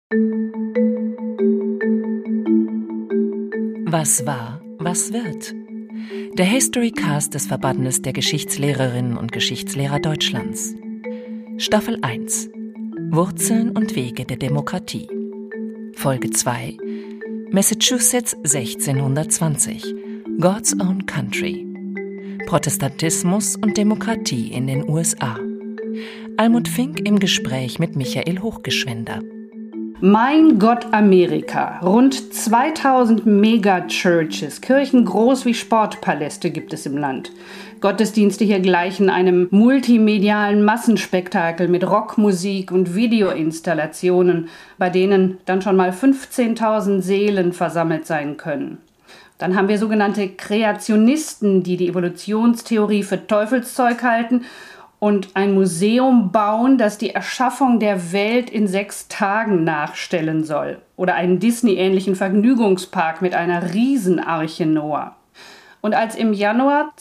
Was war, was wird? Der Historycast des Verbandes der Geschichtslehrerinnen und Geschichtslehrer Deutschlands. Staffel 1: Wurzeln und Wege der Demokratie. Folge 2: Massachusetts 1620. God's Own Country. Protestantismus und Demokratie in den USA. Almut Fink im Gespräch mit Michael Hochgeschwender. Mein Gott Amerika. Rund 2000 Megachurches, Kirchen groß wie Sportpaläste gibt es im Land. Gottesdienste hier gleichen einem multimedialen Massenspektakel mit Rockmusik und Videoinstallationen, bei denen dann schon mal 15.000 Seelen versammelt sein können. Dann haben wir sogenannte Kreationisten, die die Evolutionstheorie für Teufelszeug halten und ein Museum bauen, das die Erschaffung der Welt in 6 Tagen nachstellen soll. Oder einen Disney-ähnlichen Vergnügungspark mit einer Riesenarche Noah. Und als im Januar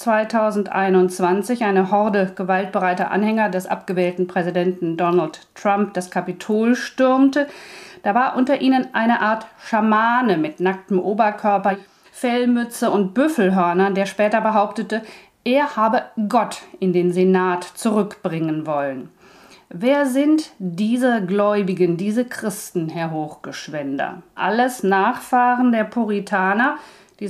2021 eine Horde gewaltbereiter Anhänger des abgewählten Präsidenten Donald Trump das Kapitol stürmte, da war unter ihnen eine Art Schamane mit nacktem Oberkörper, Fellmütze und Büffelhörnern, der später behauptete, er habe Gott in den Senat zurückbringen wollen. Wer sind diese Gläubigen, diese Christen, Herr Hochgeschwender? Alles Nachfahren der Puritaner, die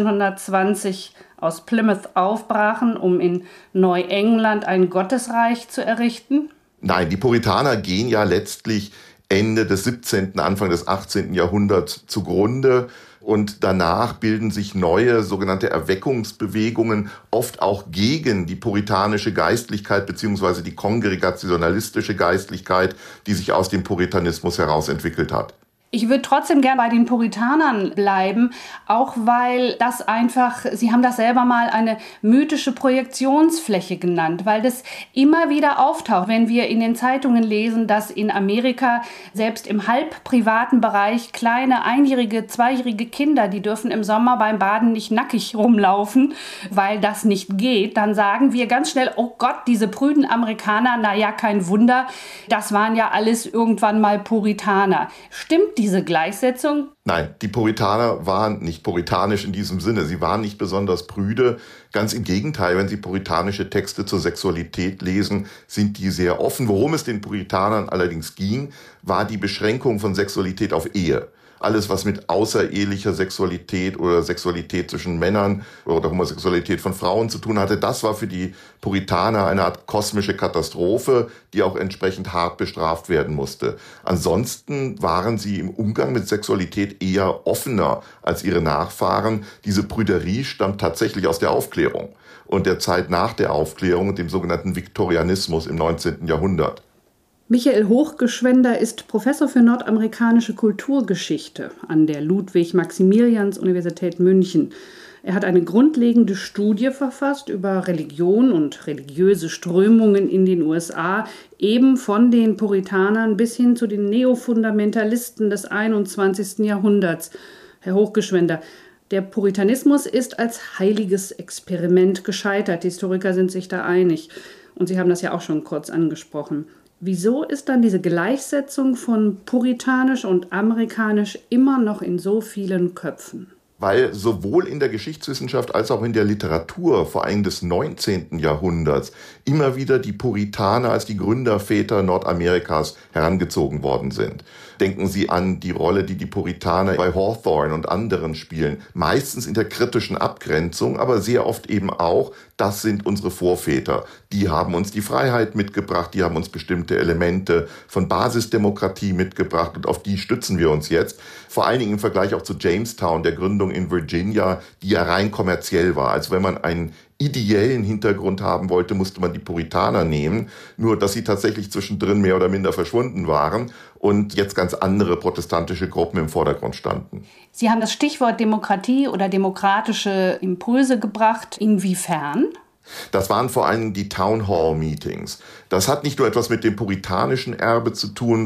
1620 aus Plymouth aufbrachen, um in Neuengland ein Gottesreich zu errichten? Nein, die Puritaner gehen ja letztlich Ende des 17., Anfang des 18. Jahrhunderts zugrunde. Und danach bilden sich neue sogenannte Erweckungsbewegungen, oft auch gegen die puritanische Geistlichkeit bzw. die kongregationalistische Geistlichkeit, die sich aus dem Puritanismus heraus entwickelt hat. Ich würde trotzdem gern bei den Puritanern bleiben, auch weil das einfach, Sie haben das selber mal eine mythische Projektionsfläche genannt, weil das immer wieder auftaucht, wenn wir in den Zeitungen lesen, dass in Amerika selbst im halb privaten Bereich kleine 1-jährige, 2-jährige Kinder, die dürfen im Sommer beim Baden nicht nackig rumlaufen, weil das nicht geht. Dann sagen wir ganz schnell, oh Gott, diese prüden Amerikaner, na ja, kein Wunder, das waren ja alles irgendwann mal Puritaner. Stimmt diese Gleichsetzung? Nein, die Puritaner waren nicht puritanisch in diesem Sinne. Sie waren nicht besonders prüde. Ganz im Gegenteil, wenn Sie puritanische Texte zur Sexualität lesen, sind die sehr offen. Worum es den Puritanern allerdings ging, war die Beschränkung von Sexualität auf Ehe. Alles, was mit außerehelicher Sexualität oder Sexualität zwischen Männern oder Homosexualität von Frauen zu tun hatte, das war für die Puritaner eine Art kosmische Katastrophe, die auch entsprechend hart bestraft werden musste. Ansonsten waren sie im Umgang mit Sexualität eher offener als ihre Nachfahren. Diese Prüderie stammt tatsächlich aus der Aufklärung und der Zeit nach der Aufklärung, dem sogenannten Viktorianismus im 19. Jahrhundert. Michael Hochgeschwender ist Professor für nordamerikanische Kulturgeschichte an der Ludwig-Maximilians-Universität München. Er hat eine grundlegende Studie verfasst über Religion und religiöse Strömungen in den USA, eben von den Puritanern bis hin zu den Neofundamentalisten des 21. Jahrhunderts. Herr Hochgeschwender, der Puritanismus ist als heiliges Experiment gescheitert. Die Historiker sind sich da einig. Und Sie haben das ja auch schon kurz angesprochen. Wieso ist dann diese Gleichsetzung von puritanisch und amerikanisch immer noch in so vielen Köpfen? Weil sowohl in der Geschichtswissenschaft als auch in der Literatur, vor allem des 19. Jahrhunderts, immer wieder die Puritaner als die Gründerväter Nordamerikas herangezogen worden sind. Denken Sie an die Rolle, die die Puritaner bei Hawthorne und anderen spielen. Meistens in der kritischen Abgrenzung, aber sehr oft eben auch, das sind unsere Vorväter. Die haben uns die Freiheit mitgebracht, die haben uns bestimmte Elemente von Basisdemokratie mitgebracht und auf die stützen wir uns jetzt. Vor allen Dingen im Vergleich auch zu Jamestown, der Gründung in Virginia, die ja rein kommerziell war. Also wenn man einen ideellen Hintergrund haben wollte, musste man die Puritaner nehmen, nur dass sie tatsächlich zwischendrin mehr oder minder verschwunden waren und jetzt ganz andere protestantische Gruppen im Vordergrund standen. Sie haben das Stichwort Demokratie oder demokratische Impulse gebracht. Inwiefern? Das waren vor allem die Town Hall Meetings. Das hat nicht nur etwas mit dem puritanischen Erbe zu tun.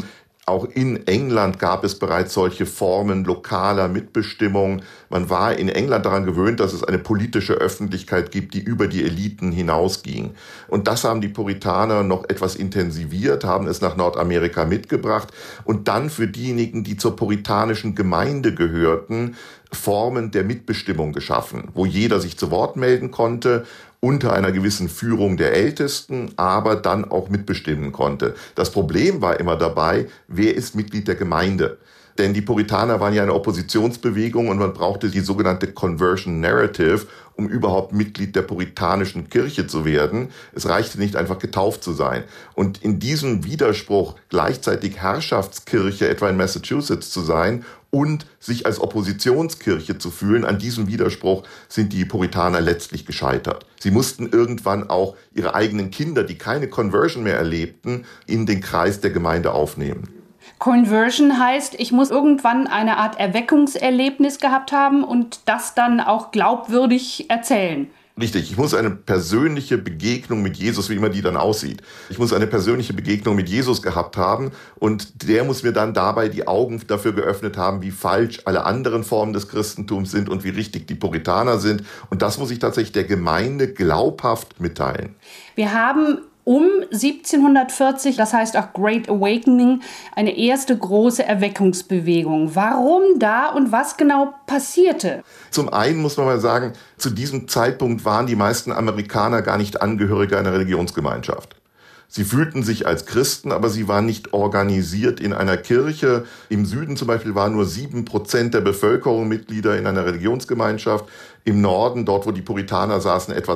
Auch in England gab es bereits solche Formen lokaler Mitbestimmung. Man war in England daran gewöhnt, dass es eine politische Öffentlichkeit gibt, die über die Eliten hinausging. Und das haben die Puritaner noch etwas intensiviert, haben es nach Nordamerika mitgebracht und dann für diejenigen, die zur puritanischen Gemeinde gehörten, Formen der Mitbestimmung geschaffen, wo jeder sich zu Wort melden konnte, unter einer gewissen Führung der Ältesten, aber dann auch mitbestimmen konnte. Das Problem war immer dabei, wer ist Mitglied der Gemeinde? Denn die Puritaner waren ja eine Oppositionsbewegung und man brauchte die sogenannte Conversion Narrative, um überhaupt Mitglied der puritanischen Kirche zu werden. Es reichte nicht einfach getauft zu sein. Und in diesem Widerspruch, gleichzeitig Herrschaftskirche etwa in Massachusetts zu sein und sich als Oppositionskirche zu fühlen, an diesem Widerspruch sind die Puritaner letztlich gescheitert. Sie mussten irgendwann auch ihre eigenen Kinder, die keine Conversion mehr erlebten, in den Kreis der Gemeinde aufnehmen. Conversion heißt, ich muss irgendwann eine Art Erweckungserlebnis gehabt haben und das dann auch glaubwürdig erzählen. Richtig, ich muss eine persönliche Begegnung mit Jesus, wie immer die dann aussieht. Ich muss eine persönliche Begegnung mit Jesus gehabt haben und der muss mir dann dabei die Augen dafür geöffnet haben, wie falsch alle anderen Formen des Christentums sind und wie richtig die Puritaner sind. Und das muss ich tatsächlich der Gemeinde glaubhaft mitteilen. Wir haben um 1740, das heißt auch Great Awakening, eine erste große Erweckungsbewegung. Warum da und was genau passierte? Zum einen muss man mal sagen, zu diesem Zeitpunkt waren die meisten Amerikaner gar nicht Angehörige einer Religionsgemeinschaft. Sie fühlten sich als Christen, aber sie waren nicht organisiert in einer Kirche. Im Süden zum Beispiel waren nur 7% der Bevölkerung Mitglieder in einer Religionsgemeinschaft. Im Norden, dort wo die Puritaner saßen, etwa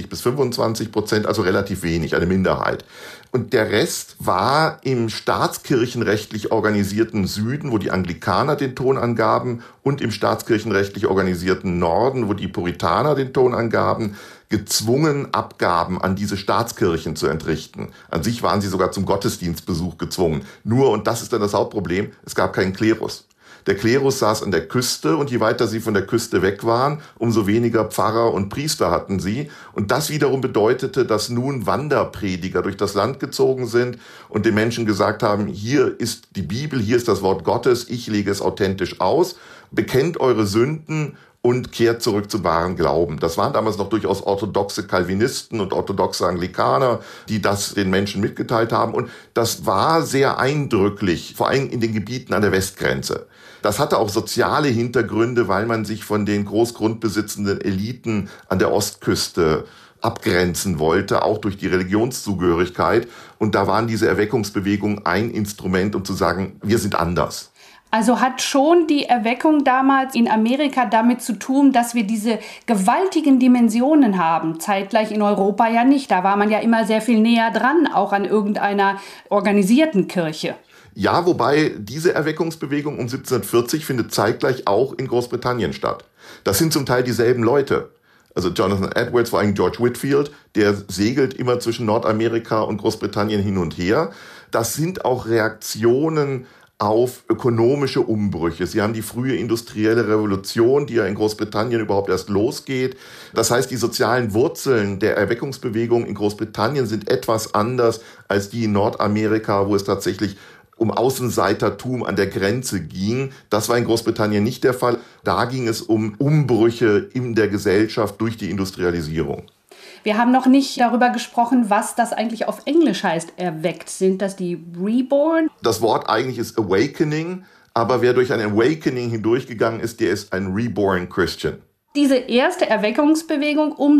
20-25%, also relativ wenig, eine Minderheit. Und der Rest war im staatskirchenrechtlich organisierten Süden, wo die Anglikaner den Ton angaben, und im staatskirchenrechtlich organisierten Norden, wo die Puritaner den Ton angaben, gezwungen, Abgaben an diese Staatskirchen zu entrichten. An sich waren sie sogar zum Gottesdienstbesuch gezwungen. Nur, und das ist dann das Hauptproblem, es gab keinen Klerus. Der Klerus saß an der Küste und je weiter sie von der Küste weg waren, umso weniger Pfarrer und Priester hatten sie. Und das wiederum bedeutete, dass nun Wanderprediger durch das Land gezogen sind und den Menschen gesagt haben, hier ist die Bibel, hier ist das Wort Gottes, ich lege es authentisch aus, bekennt eure Sünden und kehrt zurück zum wahren Glauben. Das waren damals noch durchaus orthodoxe Calvinisten und orthodoxe Anglikaner, die das den Menschen mitgeteilt haben. Und das war sehr eindrücklich, vor allem in den Gebieten an der Westgrenze. Das hatte auch soziale Hintergründe, weil man sich von den großgrundbesitzenden Eliten an der Ostküste abgrenzen wollte, auch durch die Religionszugehörigkeit. Und da waren diese Erweckungsbewegungen ein Instrument, um zu sagen, wir sind anders. Also hat schon die Erweckung damals in Amerika damit zu tun, dass wir diese gewaltigen Dimensionen haben. Zeitgleich in Europa ja nicht. Da war man ja immer sehr viel näher dran, auch an irgendeiner organisierten Kirche. Ja, wobei diese Erweckungsbewegung um 1740 findet zeitgleich auch in Großbritannien statt. Das sind zum Teil dieselben Leute. Also Jonathan Edwards, vor allem George Whitefield, der segelt immer zwischen Nordamerika und Großbritannien hin und her. Das sind auch Reaktionen auf ökonomische Umbrüche. Sie haben die frühe industrielle Revolution, die ja in Großbritannien überhaupt erst losgeht. Das heißt, die sozialen Wurzeln der Erweckungsbewegung in Großbritannien sind etwas anders als die in Nordamerika, wo es tatsächlich um Außenseitertum an der Grenze ging. Das war in Großbritannien nicht der Fall. Da ging es um Umbrüche in der Gesellschaft durch die Industrialisierung. Wir haben noch nicht darüber gesprochen, was das eigentlich auf Englisch heißt, erweckt. Sind das die Reborn? Das Wort eigentlich ist Awakening, aber wer durch ein Awakening hindurchgegangen ist, der ist ein Reborn Christian. Diese erste Erweckungsbewegung um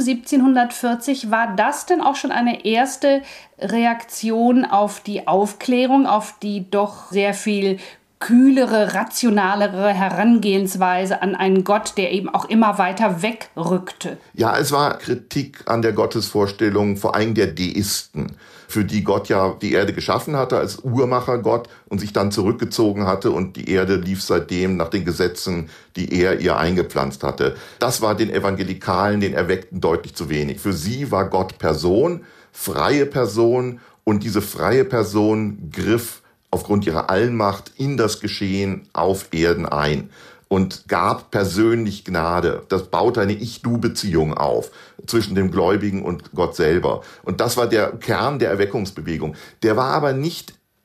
1740, war das denn auch schon eine erste Reaktion auf die Aufklärung, auf die doch sehr viel kühlere, rationalere Herangehensweise an einen Gott, der eben auch immer weiter wegrückte? Ja, es war Kritik an der Gottesvorstellung, vor allem der Deisten, für die Gott ja die Erde geschaffen hatte als Uhrmachergott und sich dann zurückgezogen hatte und die Erde lief seitdem nach den Gesetzen, die er ihr eingepflanzt hatte. Das war den Evangelikalen, den Erweckten deutlich zu wenig. Für sie war Gott Person, freie Person und diese freie Person griff aufgrund ihrer Allmacht in das Geschehen auf Erden ein und gab persönlich Gnade. Das baut eine Ich-Du-Beziehung auf zwischen dem Gläubigen und Gott selber. Und das war der Kern der Erweckungsbewegung. Der war aber nicht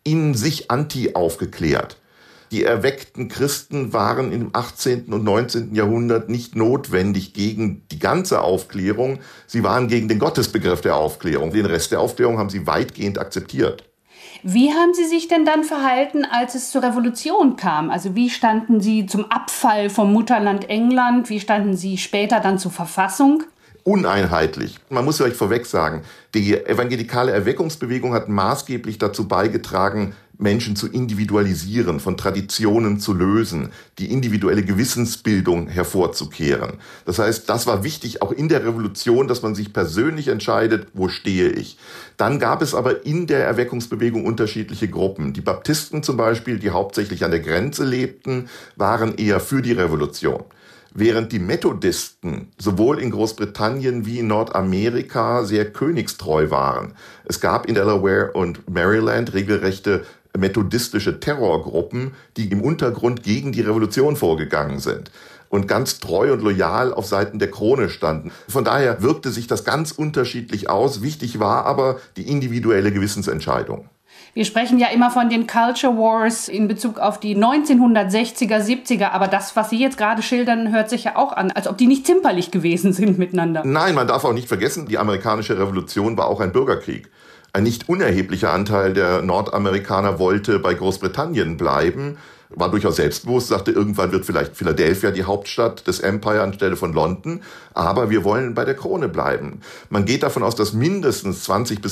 in sich anti-aufgeklärt. Die erweckten Christen waren im 18. und 19. Jahrhundert nicht notwendig gegen die ganze Aufklärung. Sie waren gegen den Gottesbegriff der Aufklärung. Den Rest der Aufklärung haben sie weitgehend akzeptiert. Wie haben Sie sich denn dann verhalten, als es zur Revolution kam? Also wie standen Sie zum Abfall vom Mutterland England? Wie standen Sie später dann zur Verfassung? Uneinheitlich. Man muss vielleicht vorweg sagen, die evangelikale Erweckungsbewegung hat maßgeblich dazu beigetragen, Menschen zu individualisieren, von Traditionen zu lösen, die individuelle Gewissensbildung hervorzukehren. Das heißt, das war wichtig auch in der Revolution, dass man sich persönlich entscheidet, wo stehe ich. Dann gab es aber in der Erweckungsbewegung unterschiedliche Gruppen. Die Baptisten zum Beispiel, die hauptsächlich an der Grenze lebten, waren eher für die Revolution. Während die Methodisten sowohl in Großbritannien wie in Nordamerika sehr königstreu waren. Es gab in Delaware und Maryland regelrechte methodistische Terrorgruppen, die im Untergrund gegen die Revolution vorgegangen sind und ganz treu und loyal auf Seiten der Krone standen. Von daher wirkte sich das ganz unterschiedlich aus. Wichtig war aber die individuelle Gewissensentscheidung. Wir sprechen ja immer von den Culture Wars in Bezug auf die 1960er, 70er, aber das, was Sie jetzt gerade schildern, hört sich ja auch an, als ob die nicht zimperlich gewesen sind miteinander. Nein, man darf auch nicht vergessen, die amerikanische Revolution war auch ein Bürgerkrieg. Ein nicht unerheblicher Anteil der Nordamerikaner wollte bei Großbritannien bleiben, war durchaus selbstbewusst, sagte, irgendwann wird vielleicht Philadelphia die Hauptstadt des Empire anstelle von London, aber wir wollen bei der Krone bleiben. Man geht davon aus, dass mindestens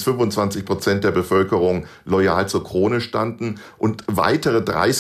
20-25% der Bevölkerung loyal zur Krone standen und weitere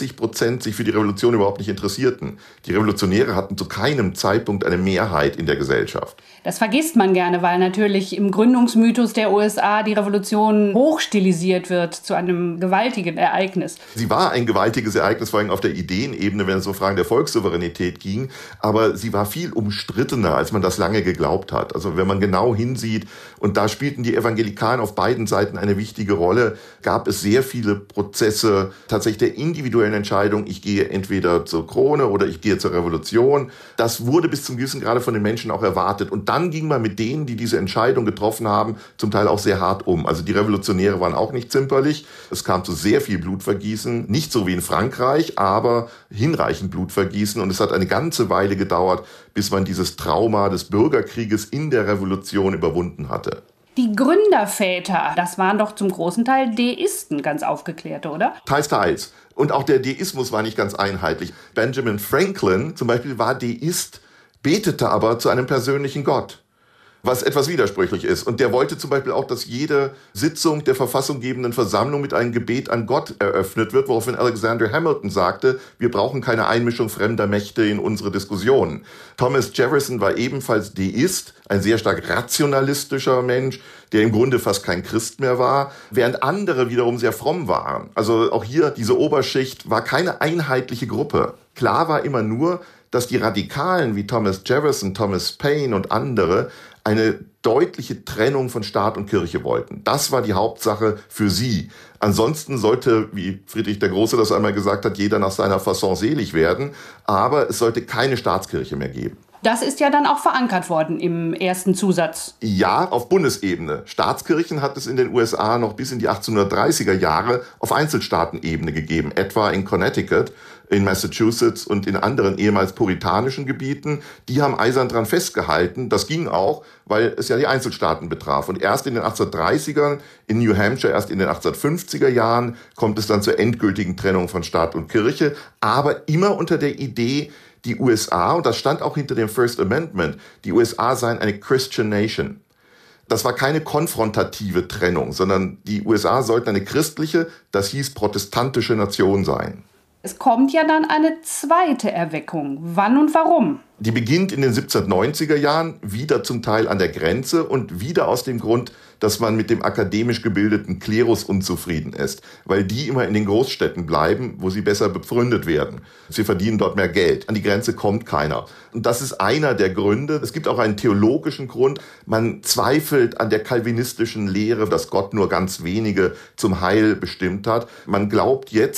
30% sich für die Revolution überhaupt nicht interessierten. Die Revolutionäre hatten zu keinem Zeitpunkt eine Mehrheit in der Gesellschaft. Das vergisst man gerne, weil natürlich im Gründungsmythos der USA die Revolution hochstilisiert wird zu einem gewaltigen Ereignis. Sie war ein gewaltiges Ereignis, vor allem auf der Ideenebene, wenn es um Fragen der Volkssouveränität ging, aber sie war viel umstrittener, als man das lange geglaubt hat. Also wenn man genau hinsieht, und da spielten die Evangelikalen auf beiden Seiten eine wichtige Rolle, gab es sehr viele Prozesse tatsächlich der individuellen Entscheidung, ich gehe entweder zur Krone oder ich gehe zur Revolution. Das wurde bis zum gewissen Grade von den Menschen auch erwartet. Und dann ging man mit denen, die diese Entscheidung getroffen haben, zum Teil auch sehr hart um. Also die Revolutionäre waren auch nicht zimperlich. Es kam zu sehr viel Blutvergießen, nicht so wie in Frankreich, aber hinreichend Blutvergießen. Und es hat eine ganze Weile gedauert, bis man dieses Trauma des Bürgerkrieges in der Revolution überwunden hatte. Die Gründerväter, das waren doch zum großen Teil Deisten, ganz aufgeklärte, oder? Teils, teils. Und auch der Deismus war nicht ganz einheitlich. Benjamin Franklin zum Beispiel war Deist, betete aber zu einem persönlichen Gott, was etwas widersprüchlich ist. Und der wollte zum Beispiel auch, dass jede Sitzung der verfassunggebenden Versammlung mit einem Gebet an Gott eröffnet wird, woraufhin Alexander Hamilton sagte, wir brauchen keine Einmischung fremder Mächte in unsere Diskussionen. Thomas Jefferson war ebenfalls Deist, ein sehr stark rationalistischer Mensch, der im Grunde fast kein Christ mehr war, während andere wiederum sehr fromm waren. Also auch hier, diese Oberschicht war keine einheitliche Gruppe. Klar war immer nur, dass die Radikalen wie Thomas Jefferson, Thomas Paine und andere eine deutliche Trennung von Staat und Kirche wollten. Das war die Hauptsache für sie. Ansonsten sollte, wie Friedrich der Große das einmal gesagt hat, jeder nach seiner Fasson selig werden, aber es sollte keine Staatskirche mehr geben. Das ist ja dann auch verankert worden im ersten Zusatz. Ja, auf Bundesebene. Staatskirchen hat es in den USA noch bis in die 1830er Jahre auf Einzelstaatenebene gegeben, etwa in Connecticut, in Massachusetts und in anderen ehemals puritanischen Gebieten. Die haben eisern dran festgehalten. Das ging auch, weil es ja die Einzelstaaten betraf. Und erst in den 1830ern, in New Hampshire erst in den 1850er Jahren, kommt es dann zur endgültigen Trennung von Staat und Kirche. Aber immer unter der Idee, die USA, und das stand auch hinter dem First Amendment, die USA seien eine Christian Nation. Das war keine konfrontative Trennung, sondern die USA sollten eine christliche, das hieß protestantische Nation sein. Es kommt ja dann eine zweite Erweckung. Wann und warum? Die beginnt in den 1790er Jahren, wieder zum Teil an der Grenze und wieder aus dem Grund, dass man mit dem akademisch gebildeten Klerus unzufrieden ist, weil die immer in den Großstädten bleiben, wo sie besser bepfründet werden. Sie verdienen dort mehr Geld. An die Grenze kommt keiner. Und das ist einer der Gründe. Es gibt auch einen theologischen Grund. Man zweifelt an der calvinistischen Lehre, dass Gott nur ganz wenige zum Heil bestimmt hat. Man glaubt jetzt,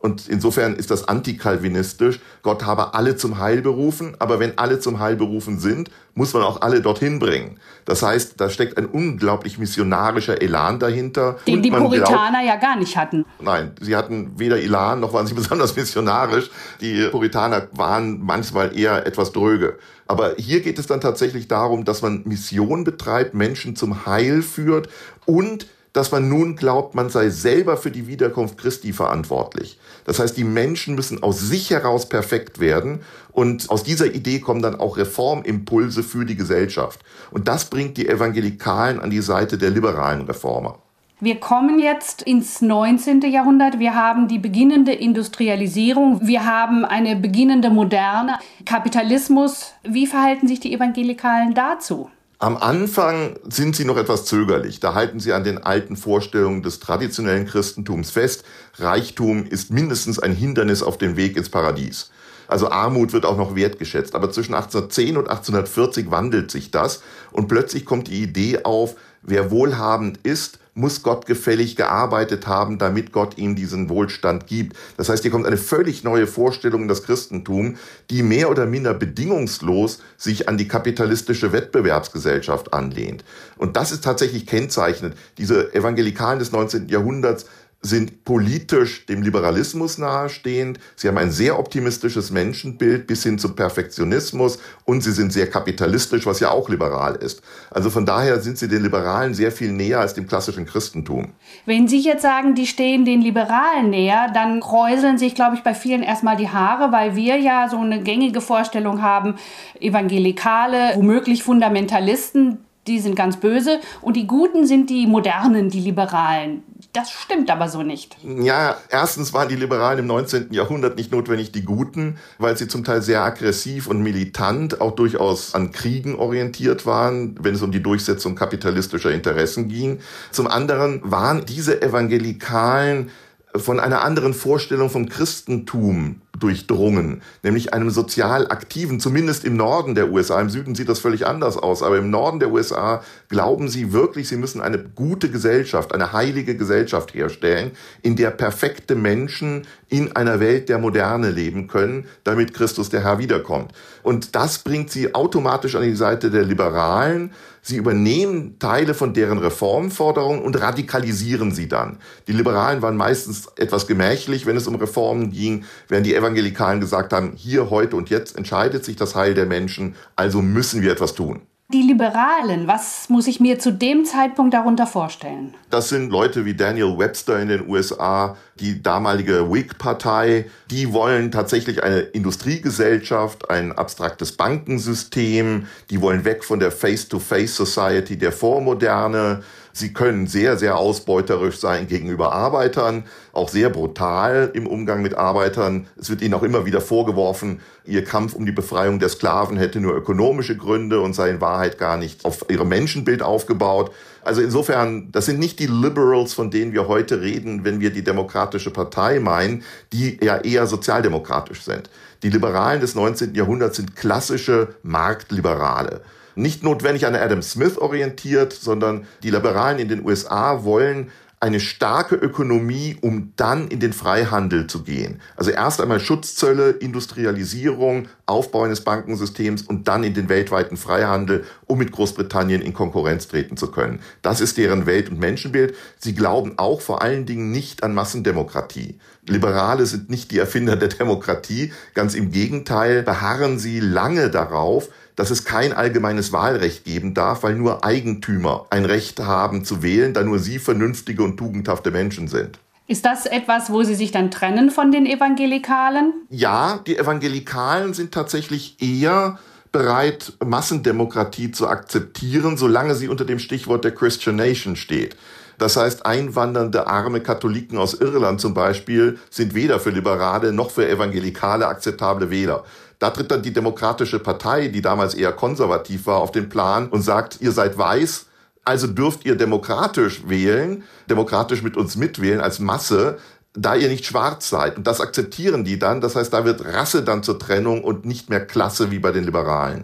Und insofern ist das antikalvinistisch. Gott habe alle zum Heil berufen, aber wenn alle zum Heil berufen sind, muss man auch alle dorthin bringen. Das heißt, da steckt ein unglaublich missionarischer Elan dahinter. Den die Puritaner ja gar nicht hatten. Nein, sie hatten weder Elan, noch waren sie besonders missionarisch. Die Puritaner waren manchmal eher etwas dröge. Aber hier geht es dann tatsächlich darum, dass man Mission betreibt, Menschen zum Heil führt und dass man nun glaubt, man sei selber für die Wiederkunft Christi verantwortlich. Das heißt, die Menschen müssen aus sich heraus perfekt werden und aus dieser Idee kommen dann auch Reformimpulse für die Gesellschaft. Und das bringt die Evangelikalen an die Seite der liberalen Reformer. Wir kommen jetzt ins 19. Jahrhundert. Wir haben die beginnende Industrialisierung. Wir haben eine beginnende Moderne. Kapitalismus. Wie verhalten sich die Evangelikalen dazu? Am Anfang sind sie noch etwas zögerlich. Da halten sie an den alten Vorstellungen des traditionellen Christentums fest. Reichtum ist mindestens ein Hindernis auf dem Weg ins Paradies. Also Armut wird auch noch wertgeschätzt. Aber zwischen 1810 und 1840 wandelt sich das. Und plötzlich kommt die Idee auf, wer wohlhabend ist, muss gottgefällig gearbeitet haben, damit Gott ihm diesen Wohlstand gibt. Das heißt, hier kommt eine völlig neue Vorstellung in das Christentum, die mehr oder minder bedingungslos sich an die kapitalistische Wettbewerbsgesellschaft anlehnt. Und das ist tatsächlich kennzeichnend. Diese Evangelikalen des 19. Jahrhunderts sind politisch dem Liberalismus nahestehend. Sie haben ein sehr optimistisches Menschenbild bis hin zum Perfektionismus und sie sind sehr kapitalistisch, was ja auch liberal ist. Also von daher sind sie den Liberalen sehr viel näher als dem klassischen Christentum. Wenn Sie jetzt sagen, die stehen den Liberalen näher, dann kräuseln sich, glaube ich, bei vielen erstmal die Haare, weil wir ja so eine gängige Vorstellung haben, Evangelikale, womöglich Fundamentalisten, die sind ganz böse und die Guten sind die Modernen, die Liberalen. Das stimmt aber so nicht. Ja, erstens waren die Liberalen im 19. Jahrhundert nicht notwendig die Guten, weil sie zum Teil sehr aggressiv und militant, auch durchaus an Kriegen orientiert waren, wenn es um die Durchsetzung kapitalistischer Interessen ging. Zum anderen waren diese Evangelikalen von einer anderen Vorstellung vom Christentum durchdrungen, nämlich einem sozial aktiven, zumindest im Norden der USA. Im Süden sieht das völlig anders aus, aber im Norden der USA glauben sie wirklich, sie müssen eine gute Gesellschaft, eine heilige Gesellschaft herstellen, in der perfekte Menschen in einer Welt der Moderne leben können, damit Christus der Herr wiederkommt. Und das bringt sie automatisch an die Seite der Liberalen. Sie übernehmen Teile von deren Reformforderungen und radikalisieren sie dann. Die Liberalen waren meistens etwas gemächlich, wenn es um Reformen ging, während die Evangelikalen gesagt haben, hier, heute und jetzt entscheidet sich das Heil der Menschen, also müssen wir etwas tun. Die Liberalen, was muss ich mir zu dem Zeitpunkt darunter vorstellen? Das sind Leute wie Daniel Webster in den USA, die damalige Whig-Partei. Die wollen tatsächlich eine Industriegesellschaft, ein abstraktes Bankensystem. Die wollen weg von der Face-to-Face-Society der Vormoderne. Sie können sehr, sehr ausbeuterisch sein gegenüber Arbeitern, auch sehr brutal im Umgang mit Arbeitern. Es wird ihnen auch immer wieder vorgeworfen, ihr Kampf um die Befreiung der Sklaven hätte nur ökonomische Gründe und sei in Wahrheit gar nicht auf ihrem Menschenbild aufgebaut. Also insofern, das sind nicht die Liberals, von denen wir heute reden, wenn wir die Demokratische Partei meinen, die ja eher sozialdemokratisch sind. Die Liberalen des 19. Jahrhunderts sind klassische Marktliberale. Nicht notwendig an Adam Smith orientiert, sondern die Liberalen in den USA wollen eine starke Ökonomie, um dann in den Freihandel zu gehen. Also erst einmal Schutzzölle, Industrialisierung, Aufbau eines Bankensystems und dann in den weltweiten Freihandel, um mit Großbritannien in Konkurrenz treten zu können. Das ist deren Welt- und Menschenbild. Sie glauben auch vor allen Dingen nicht an Massendemokratie. Liberale sind nicht die Erfinder der Demokratie. Ganz im Gegenteil, beharren sie lange darauf, dass es kein allgemeines Wahlrecht geben darf, weil nur Eigentümer ein Recht haben zu wählen, da nur sie vernünftige und tugendhafte Menschen sind. Ist das etwas, wo Sie sich dann trennen von den Evangelikalen? Ja, die Evangelikalen sind tatsächlich eher bereit, Massendemokratie zu akzeptieren, solange sie unter dem Stichwort der Christian Nation steht. Das heißt, einwandernde arme Katholiken aus Irland zum Beispiel sind weder für Liberale noch für Evangelikale akzeptable Wähler. Da tritt dann die Demokratische Partei, die damals eher konservativ war, auf den Plan und sagt, ihr seid weiß, also dürft ihr demokratisch wählen, demokratisch mit uns mitwählen als Masse, da ihr nicht schwarz seid. Und das akzeptieren die dann. Das heißt, da wird Rasse dann zur Trennung und nicht mehr Klasse wie bei den Liberalen.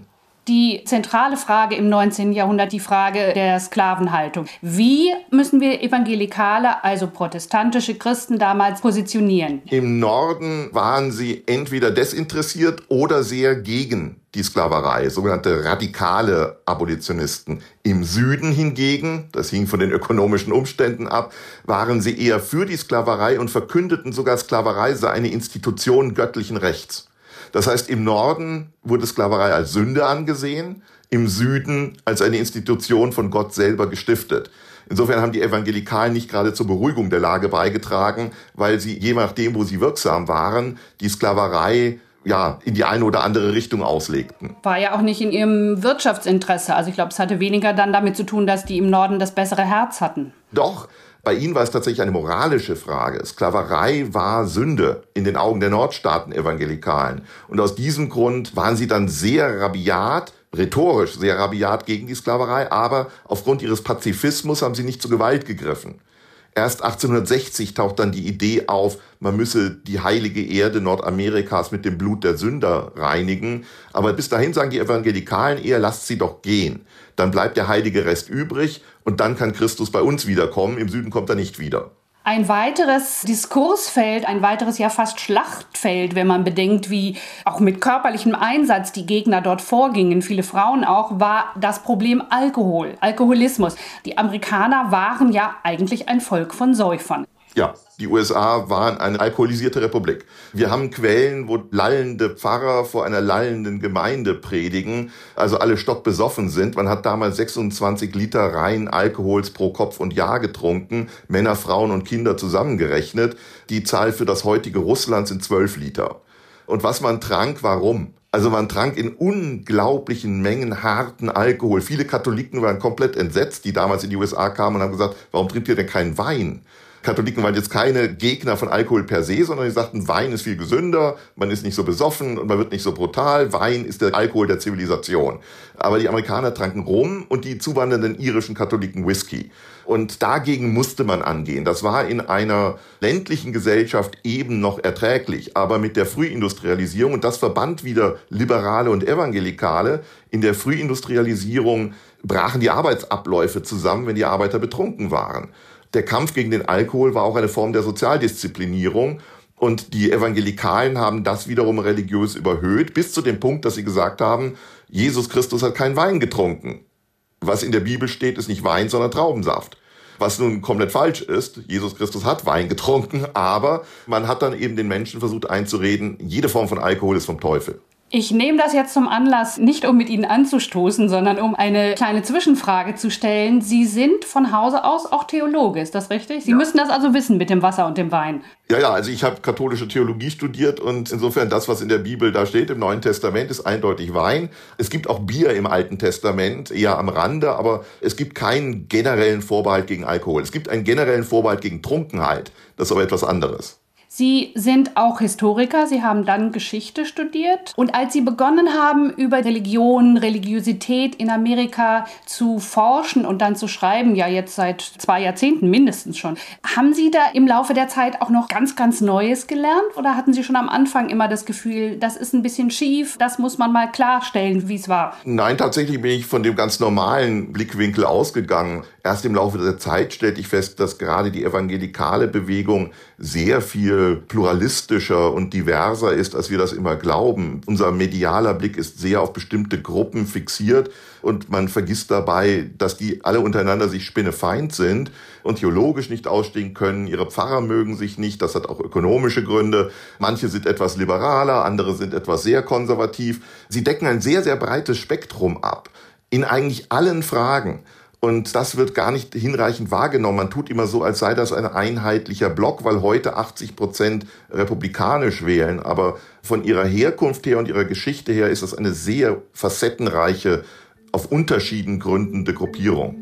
die zentrale Frage im 19. Jahrhundert, die Frage der Sklavenhaltung. Wie müssen wir Evangelikale, also protestantische Christen damals positionieren? Im Norden waren sie entweder desinteressiert oder sehr gegen die Sklaverei, sogenannte radikale Abolitionisten. Im Süden hingegen, das hing von den ökonomischen Umständen ab, waren sie eher für die Sklaverei und verkündeten sogar, Sklaverei sei eine Institution göttlichen Rechts. Das heißt, im Norden wurde Sklaverei als Sünde angesehen, im Süden als eine Institution von Gott selber gestiftet. Insofern haben die Evangelikalen nicht gerade zur Beruhigung der Lage beigetragen, weil sie, je nachdem, wo sie wirksam waren, die Sklaverei in die eine oder andere Richtung auslegten. War ja auch nicht in ihrem Wirtschaftsinteresse. Also ich glaube, es hatte weniger dann damit zu tun, dass die im Norden das bessere Herz hatten. Doch, bei ihnen war es tatsächlich eine moralische Frage. Sklaverei war Sünde in den Augen der Nordstaaten-Evangelikalen. Und aus diesem Grund waren sie dann sehr rabiat, rhetorisch sehr rabiat gegen die Sklaverei, aber aufgrund ihres Pazifismus haben sie nicht zur Gewalt gegriffen. Erst 1860 taucht dann die Idee auf, man müsse die heilige Erde Nordamerikas mit dem Blut der Sünder reinigen. Aber bis dahin sagen die Evangelikalen eher, lasst sie doch gehen. Dann bleibt der heilige Rest übrig und dann kann Christus bei uns wiederkommen. Im Süden kommt er nicht wieder. Ein weiteres Diskursfeld, ein weiteres ja fast Schlachtfeld, wenn man bedenkt, wie auch mit körperlichem Einsatz die Gegner dort vorgingen, viele Frauen auch, war das Problem Alkohol, Alkoholismus. Die Amerikaner waren ja eigentlich ein Volk von Säufern. Ja, die USA waren eine alkoholisierte Republik. Wir haben Quellen, wo lallende Pfarrer vor einer lallenden Gemeinde predigen, also alle stockbesoffen sind. Man hat damals 26 Liter reinen Alkohols pro Kopf und Jahr getrunken, Männer, Frauen und Kinder zusammengerechnet. Die Zahl für das heutige Russland sind 12 Liter. Und was man trank, warum? Also man trank in unglaublichen Mengen harten Alkohol. Viele Katholiken waren komplett entsetzt, die damals in die USA kamen und haben gesagt, warum trinkt ihr denn keinen Wein? Katholiken waren jetzt keine Gegner von Alkohol per se, sondern die sagten, Wein ist viel gesünder, man ist nicht so besoffen und man wird nicht so brutal. Wein ist der Alkohol der Zivilisation. Aber die Amerikaner tranken Rum und die zuwandernden irischen Katholiken Whisky. Und dagegen musste man angehen. Das war in einer ländlichen Gesellschaft eben noch erträglich. Aber mit der Frühindustrialisierung, und das verband wieder Liberale und Evangelikale, in der Frühindustrialisierung brachen die Arbeitsabläufe zusammen, wenn die Arbeiter betrunken waren. Der Kampf gegen den Alkohol war auch eine Form der Sozialdisziplinierung und die Evangelikalen haben das wiederum religiös überhöht, bis zu dem Punkt, dass sie gesagt haben, Jesus Christus hat keinen Wein getrunken. Was in der Bibel steht, ist nicht Wein, sondern Traubensaft. Was nun komplett falsch ist, Jesus Christus hat Wein getrunken, aber man hat dann eben den Menschen versucht einzureden, jede Form von Alkohol ist vom Teufel. Ich nehme das jetzt zum Anlass, nicht um mit Ihnen anzustoßen, sondern um eine kleine Zwischenfrage zu stellen. Sie sind von Hause aus auch Theologe, ist das richtig? Sie müssen das also wissen mit dem Wasser und dem Wein. Ja, also ich habe katholische Theologie studiert und insofern das, was in der Bibel da steht, im Neuen Testament, ist eindeutig Wein. Es gibt auch Bier im Alten Testament, eher am Rande, aber es gibt keinen generellen Vorbehalt gegen Alkohol. Es gibt einen generellen Vorbehalt gegen Trunkenheit, das ist aber etwas anderes. Sie sind auch Historiker, Sie haben dann Geschichte studiert. Und als Sie begonnen haben, über Religion, Religiosität in Amerika zu forschen und dann zu schreiben, ja jetzt seit 2 Jahrzehnten mindestens schon, haben Sie da im Laufe der Zeit auch noch ganz, ganz Neues gelernt? Oder hatten Sie schon am Anfang immer das Gefühl, das ist ein bisschen schief, das muss man mal klarstellen, wie es war? Nein, tatsächlich bin ich von dem ganz normalen Blickwinkel ausgegangen. Erst im Laufe der Zeit stellte ich fest, dass gerade die evangelikale Bewegung sehr viel pluralistischer und diverser ist, als wir das immer glauben. Unser medialer Blick ist sehr auf bestimmte Gruppen fixiert und man vergisst dabei, dass die alle untereinander sich spinnefeind sind und theologisch nicht ausstehen können. Ihre Pfarrer mögen sich nicht, das hat auch ökonomische Gründe. Manche sind etwas liberaler, andere sind etwas sehr konservativ. Sie decken ein sehr, sehr breites Spektrum ab, in eigentlich allen Fragen. Und das wird gar nicht hinreichend wahrgenommen. Man tut immer so, als sei das ein einheitlicher Block, weil heute 80% republikanisch wählen. Aber von ihrer Herkunft her und ihrer Geschichte her ist das eine sehr facettenreiche, auf Unterschieden gründende Gruppierung.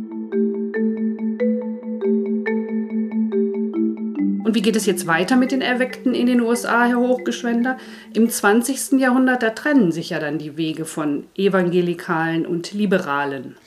Und wie geht es jetzt weiter mit den Erweckten in den USA, Herr Hochgeschwender? Im 20. Jahrhundert, da trennen sich ja dann die Wege von Evangelikalen und Liberalen.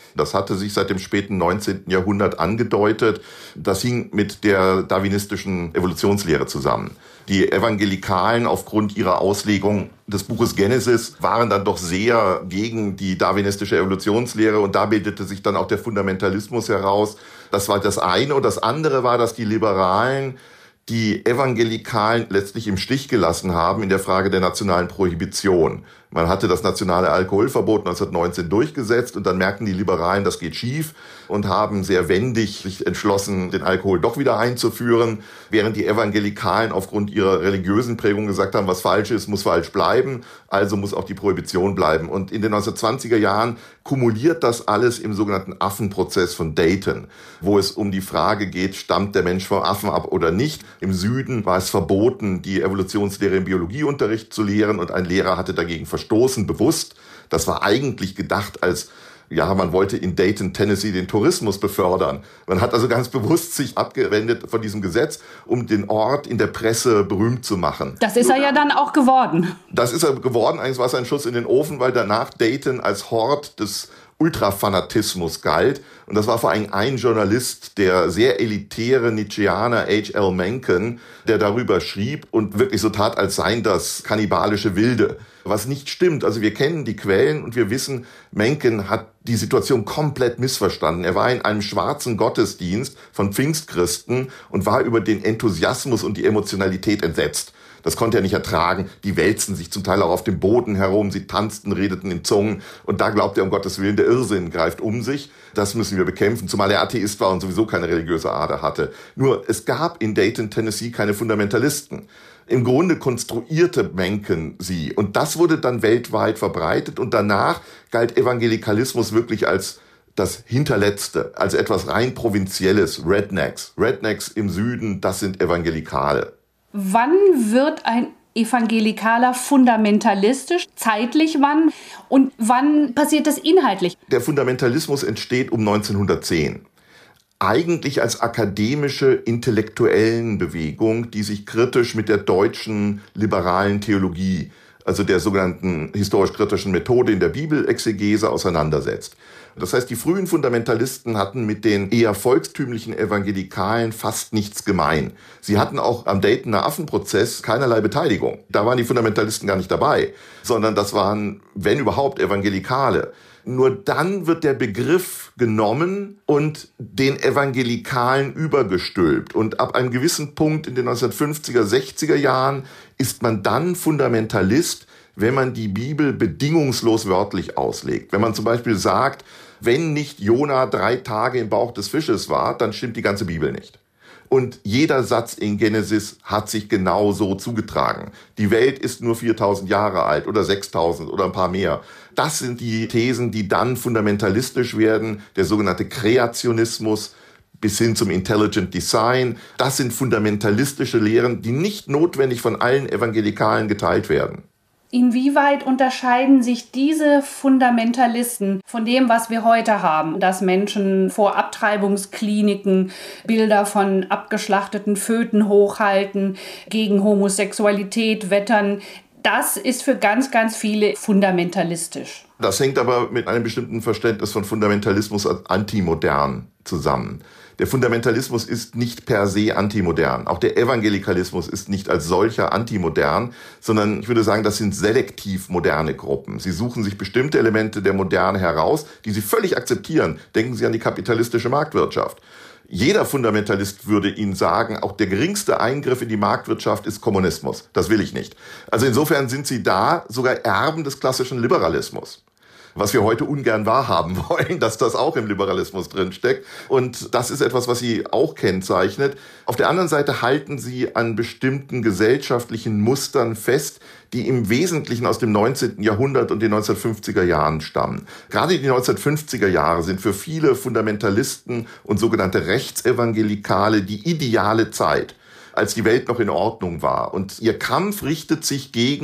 Das hatte sich seit dem späten 19. Jahrhundert angedeutet. Das hing mit der darwinistischen Evolutionslehre zusammen. Die Evangelikalen aufgrund ihrer Auslegung des Buches Genesis waren dann doch sehr gegen die darwinistische Evolutionslehre und da bildete sich dann auch der Fundamentalismus heraus. Das war das eine. Und das andere war, dass die Liberalen die Evangelikalen letztlich im Stich gelassen haben in der Frage der nationalen Prohibition. Man hatte das nationale Alkoholverbot 1919 durchgesetzt und dann merkten die Liberalen, das geht schief und haben sehr wendig sich entschlossen, den Alkohol doch wieder einzuführen, während die Evangelikalen aufgrund ihrer religiösen Prägung gesagt haben, was falsch ist, muss falsch bleiben, also muss auch die Prohibition bleiben. Und in den 1920er Jahren kumuliert das alles im sogenannten Affenprozess von Dayton, wo es um die Frage geht, stammt der Mensch vom Affen ab oder nicht. Im Süden war es verboten, die Evolutionslehre im Biologieunterricht zu lehren und ein Lehrer hatte dagegen verstoßen, bewusst. Das war eigentlich gedacht als, ja, man wollte in Dayton, Tennessee den Tourismus befördern. Man hat also ganz bewusst sich abgewendet von diesem Gesetz, um den Ort in der Presse berühmt zu machen. Das ist er ja dann auch geworden. Das ist er geworden. Eigentlich war es ein Schuss in den Ofen, weil danach Dayton als Hort des Ultrafanatismus galt. Und das war vor allem ein Journalist, der sehr elitäre Nietzscheaner H.L. Mencken, der darüber schrieb und wirklich so tat, als seien das kannibalische Wilde. Was nicht stimmt. Also wir kennen die Quellen und wir wissen, Mencken hat die Situation komplett missverstanden. Er war in einem schwarzen Gottesdienst von Pfingstchristen und war über den Enthusiasmus und die Emotionalität entsetzt. Das konnte er nicht ertragen. Die wälzten sich zum Teil auch auf dem Boden herum. Sie tanzten, redeten in Zungen. Und da glaubt er, um Gottes Willen, der Irrsinn greift um sich. Das müssen wir bekämpfen, zumal er Atheist war und sowieso keine religiöse Ader hatte. Nur, es gab in Dayton, Tennessee keine Fundamentalisten. Im Grunde konstruierte Mencken sie. Und das wurde dann weltweit verbreitet. Und danach galt Evangelikalismus wirklich als das Hinterletzte, als etwas rein Provinzielles. Rednecks. Rednecks im Süden, das sind Evangelikale. Wann wird ein Evangelikaler fundamentalistisch? Zeitlich wann? Und wann passiert das inhaltlich? Der Fundamentalismus entsteht um 1910. Eigentlich als akademische intellektuellen Bewegung, die sich kritisch mit der deutschen liberalen Theologie, also der sogenannten historisch-kritischen Methode in der Bibelexegese auseinandersetzt. Das heißt, die frühen Fundamentalisten hatten mit den eher volkstümlichen Evangelikalen fast nichts gemein. Sie hatten auch am Daytoner Affenprozess keinerlei Beteiligung. Da waren die Fundamentalisten gar nicht dabei, sondern das waren, wenn überhaupt, Evangelikale. Nur dann wird der Begriff genommen und den Evangelikalen übergestülpt. Und ab einem gewissen Punkt in den 1950er, 60er Jahren ist man dann Fundamentalist, wenn man die Bibel bedingungslos wörtlich auslegt. Wenn man zum Beispiel sagt, wenn nicht Jona 3 Tage im Bauch des Fisches war, dann stimmt die ganze Bibel nicht. Und jeder Satz in Genesis hat sich genau so zugetragen. Die Welt ist nur 4000 Jahre alt oder 6000 oder ein paar mehr. Das sind die Thesen, die dann fundamentalistisch werden, der sogenannte Kreationismus bis hin zum Intelligent Design. Das sind fundamentalistische Lehren, die nicht notwendig von allen Evangelikalen geteilt werden. Inwieweit unterscheiden sich diese Fundamentalisten von dem, was wir heute haben, dass Menschen vor Abtreibungskliniken Bilder von abgeschlachteten Föten hochhalten, gegen Homosexualität wettern? Das ist für ganz, ganz viele fundamentalistisch. Das hängt aber mit einem bestimmten Verständnis von Fundamentalismus als antimodern zusammen. Der Fundamentalismus ist nicht per se antimodern. Auch der Evangelikalismus ist nicht als solcher antimodern, sondern ich würde sagen, das sind selektiv moderne Gruppen. Sie suchen sich bestimmte Elemente der Moderne heraus, die sie völlig akzeptieren. Denken Sie an die kapitalistische Marktwirtschaft. Jeder Fundamentalist würde Ihnen sagen, auch der geringste Eingriff in die Marktwirtschaft ist Kommunismus. Das will ich nicht. Also insofern sind Sie da sogar Erben des klassischen Liberalismus. Was wir heute ungern wahrhaben wollen, dass das auch im Liberalismus drinsteckt. Und das ist etwas, was sie auch kennzeichnet. Auf der anderen Seite halten sie an bestimmten gesellschaftlichen Mustern fest, die im Wesentlichen aus dem 19. Jahrhundert und den 1950er Jahren stammen. Gerade die 1950er Jahre sind für viele Fundamentalisten und sogenannte Rechtsevangelikale die ideale Zeit, als die Welt noch in Ordnung war. Und ihr Kampf richtet sich gegen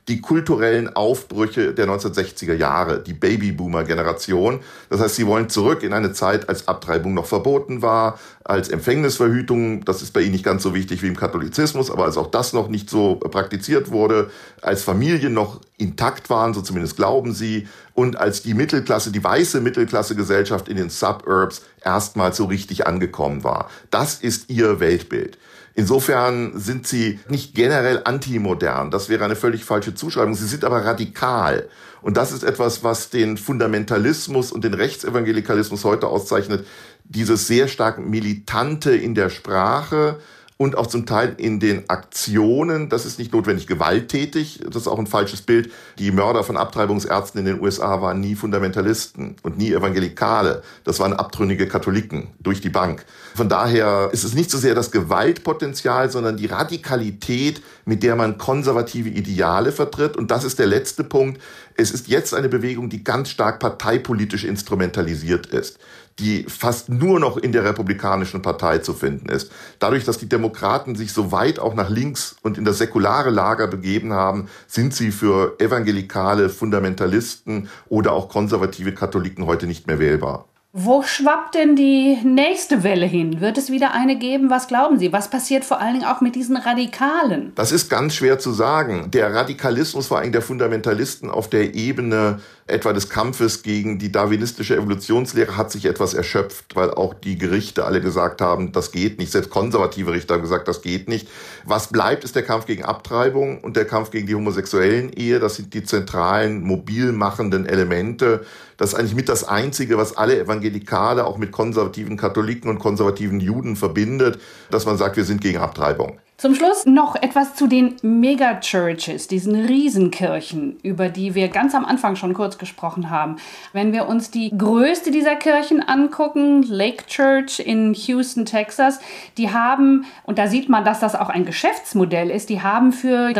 die kulturellen Aufbrüche der 1960er Jahre, die Babyboomer-Generation. Das heißt, sie wollen zurück in eine Zeit, als Abtreibung noch verboten war, als Empfängnisverhütung, das ist bei ihnen nicht ganz so wichtig wie im Katholizismus, aber als auch das noch nicht so praktiziert wurde, als Familien noch intakt waren, so zumindest glauben sie, und als die Mittelklasse, die weiße Mittelklasse-Gesellschaft in den Suburbs erstmals so richtig angekommen war. Das ist ihr Weltbild. Insofern sind sie nicht generell antimodern. Das wäre eine völlig falsche Zuschreibung. Sie sind aber radikal. Und das ist etwas, was den Fundamentalismus und den Rechtsevangelikalismus heute auszeichnet. Dieses sehr stark Militante in der Sprache und auch zum Teil in den Aktionen. Das ist nicht notwendig gewalttätig. Das ist auch ein falsches Bild. Die Mörder von Abtreibungsärzten in den USA waren nie Fundamentalisten und nie Evangelikale. Das waren abtrünnige Katholiken durch die Bank. Von daher ist es nicht so sehr das Gewaltpotenzial, sondern die Radikalität, mit der man konservative Ideale vertritt. Und das ist der letzte Punkt. Es ist jetzt eine Bewegung, die ganz stark parteipolitisch instrumentalisiert ist, die fast nur noch in der Republikanischen Partei zu finden ist. Dadurch, dass die Demokraten sich so weit auch nach links und in das säkulare Lager begeben haben, sind sie für evangelikale Fundamentalisten oder auch konservative Katholiken heute nicht mehr wählbar. Wo schwappt denn die nächste Welle hin? Wird es wieder eine geben? Was glauben Sie? Was passiert vor allen Dingen auch mit diesen Radikalen? Das ist ganz schwer zu sagen. Der Radikalismus, vor allem der Fundamentalisten auf der Ebene etwa des Kampfes gegen die darwinistische Evolutionslehre, hat sich etwas erschöpft, weil auch die Gerichte alle gesagt haben, das geht nicht. Selbst konservative Richter haben gesagt, das geht nicht. Was bleibt, ist der Kampf gegen Abtreibung und der Kampf gegen die homosexuellen Ehe. Das sind die zentralen, mobil machenden Elemente. Das ist eigentlich mit das Einzige, was alle Evangelikale auch mit konservativen Katholiken und konservativen Juden verbindet, dass man sagt, wir sind gegen Abtreibung. Zum Schluss noch etwas zu den Megachurches, diesen Riesenkirchen, über die wir ganz am Anfang schon kurz gesprochen haben. Wenn wir uns die größte dieser Kirchen angucken, Lake Church in Houston, Texas, die haben, und da sieht man, dass das auch ein Geschäftsmodell ist, die haben für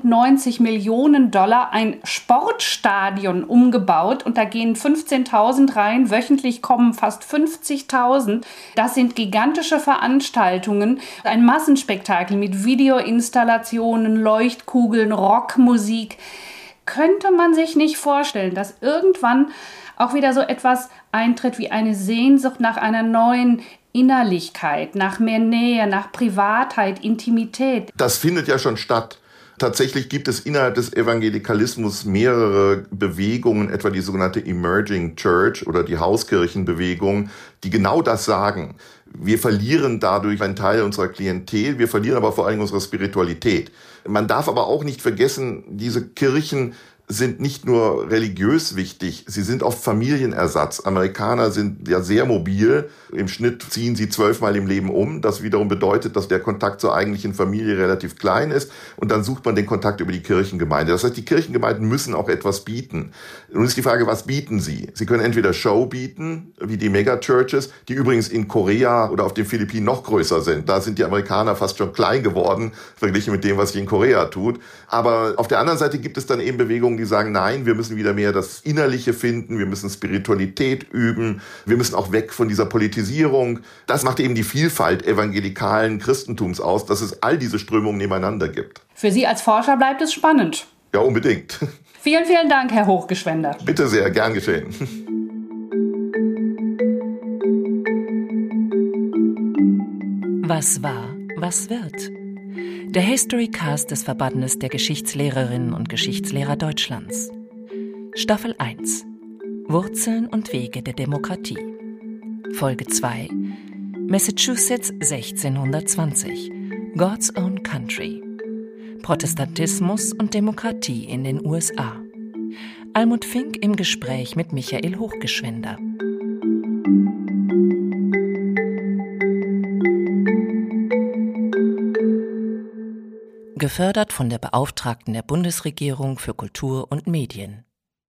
93 Millionen Dollar ein Sportstadion umgebaut und da gehen 15.000 rein, wöchentlich kommen fast 50.000. Das sind gigantische Veranstaltungen, ein Massenspektakel mit Videoinstallationen, Leuchtkugeln, Rockmusik. Könnte man sich nicht vorstellen, dass irgendwann auch wieder so etwas eintritt wie eine Sehnsucht nach einer neuen Innerlichkeit, nach mehr Nähe, nach Privatheit, Intimität? Das findet ja schon statt. Tatsächlich gibt es innerhalb des Evangelikalismus mehrere Bewegungen, etwa die sogenannte Emerging Church oder die Hauskirchenbewegung, die genau das sagen. Wir verlieren dadurch einen Teil unserer Klientel, wir verlieren aber vor allem unsere Spiritualität. Man darf aber auch nicht vergessen, diese Kirchen sind nicht nur religiös wichtig, sie sind oft Familienersatz. Amerikaner sind ja sehr mobil. Im Schnitt ziehen sie 12-mal im Leben um. Das wiederum bedeutet, dass der Kontakt zur eigentlichen Familie relativ klein ist. Und dann sucht man den Kontakt über die Kirchengemeinde. Das heißt, die Kirchengemeinden müssen auch etwas bieten. Nun ist die Frage, was bieten sie? Sie können entweder Show bieten, wie die Megachurches, die übrigens in Korea oder auf den Philippinen noch größer sind. Da sind die Amerikaner fast schon klein geworden, verglichen mit dem, was sich in Korea tut. Aber auf der anderen Seite gibt es dann eben Bewegungen, die sagen, nein, wir müssen wieder mehr das Innerliche finden, wir müssen Spiritualität üben, wir müssen auch weg von dieser Politisierung. Das macht eben die Vielfalt evangelikalen Christentums aus, dass es all diese Strömungen nebeneinander gibt. Für Sie als Forscher bleibt es spannend. Ja, unbedingt. Vielen, vielen Dank, Herr Hochgeschwender. Bitte sehr, gern geschehen. Was war, was wird? Der Historycast des Verbandes der Geschichtslehrerinnen und Geschichtslehrer Deutschlands. Staffel 1. Wurzeln und Wege der Demokratie. Folge 2. Massachusetts 1620. God's Own Country. Protestantismus und Demokratie in den USA. Almut Fink im Gespräch mit Michael Hochgeschwender. Gefördert von der Beauftragten der Bundesregierung für Kultur und Medien.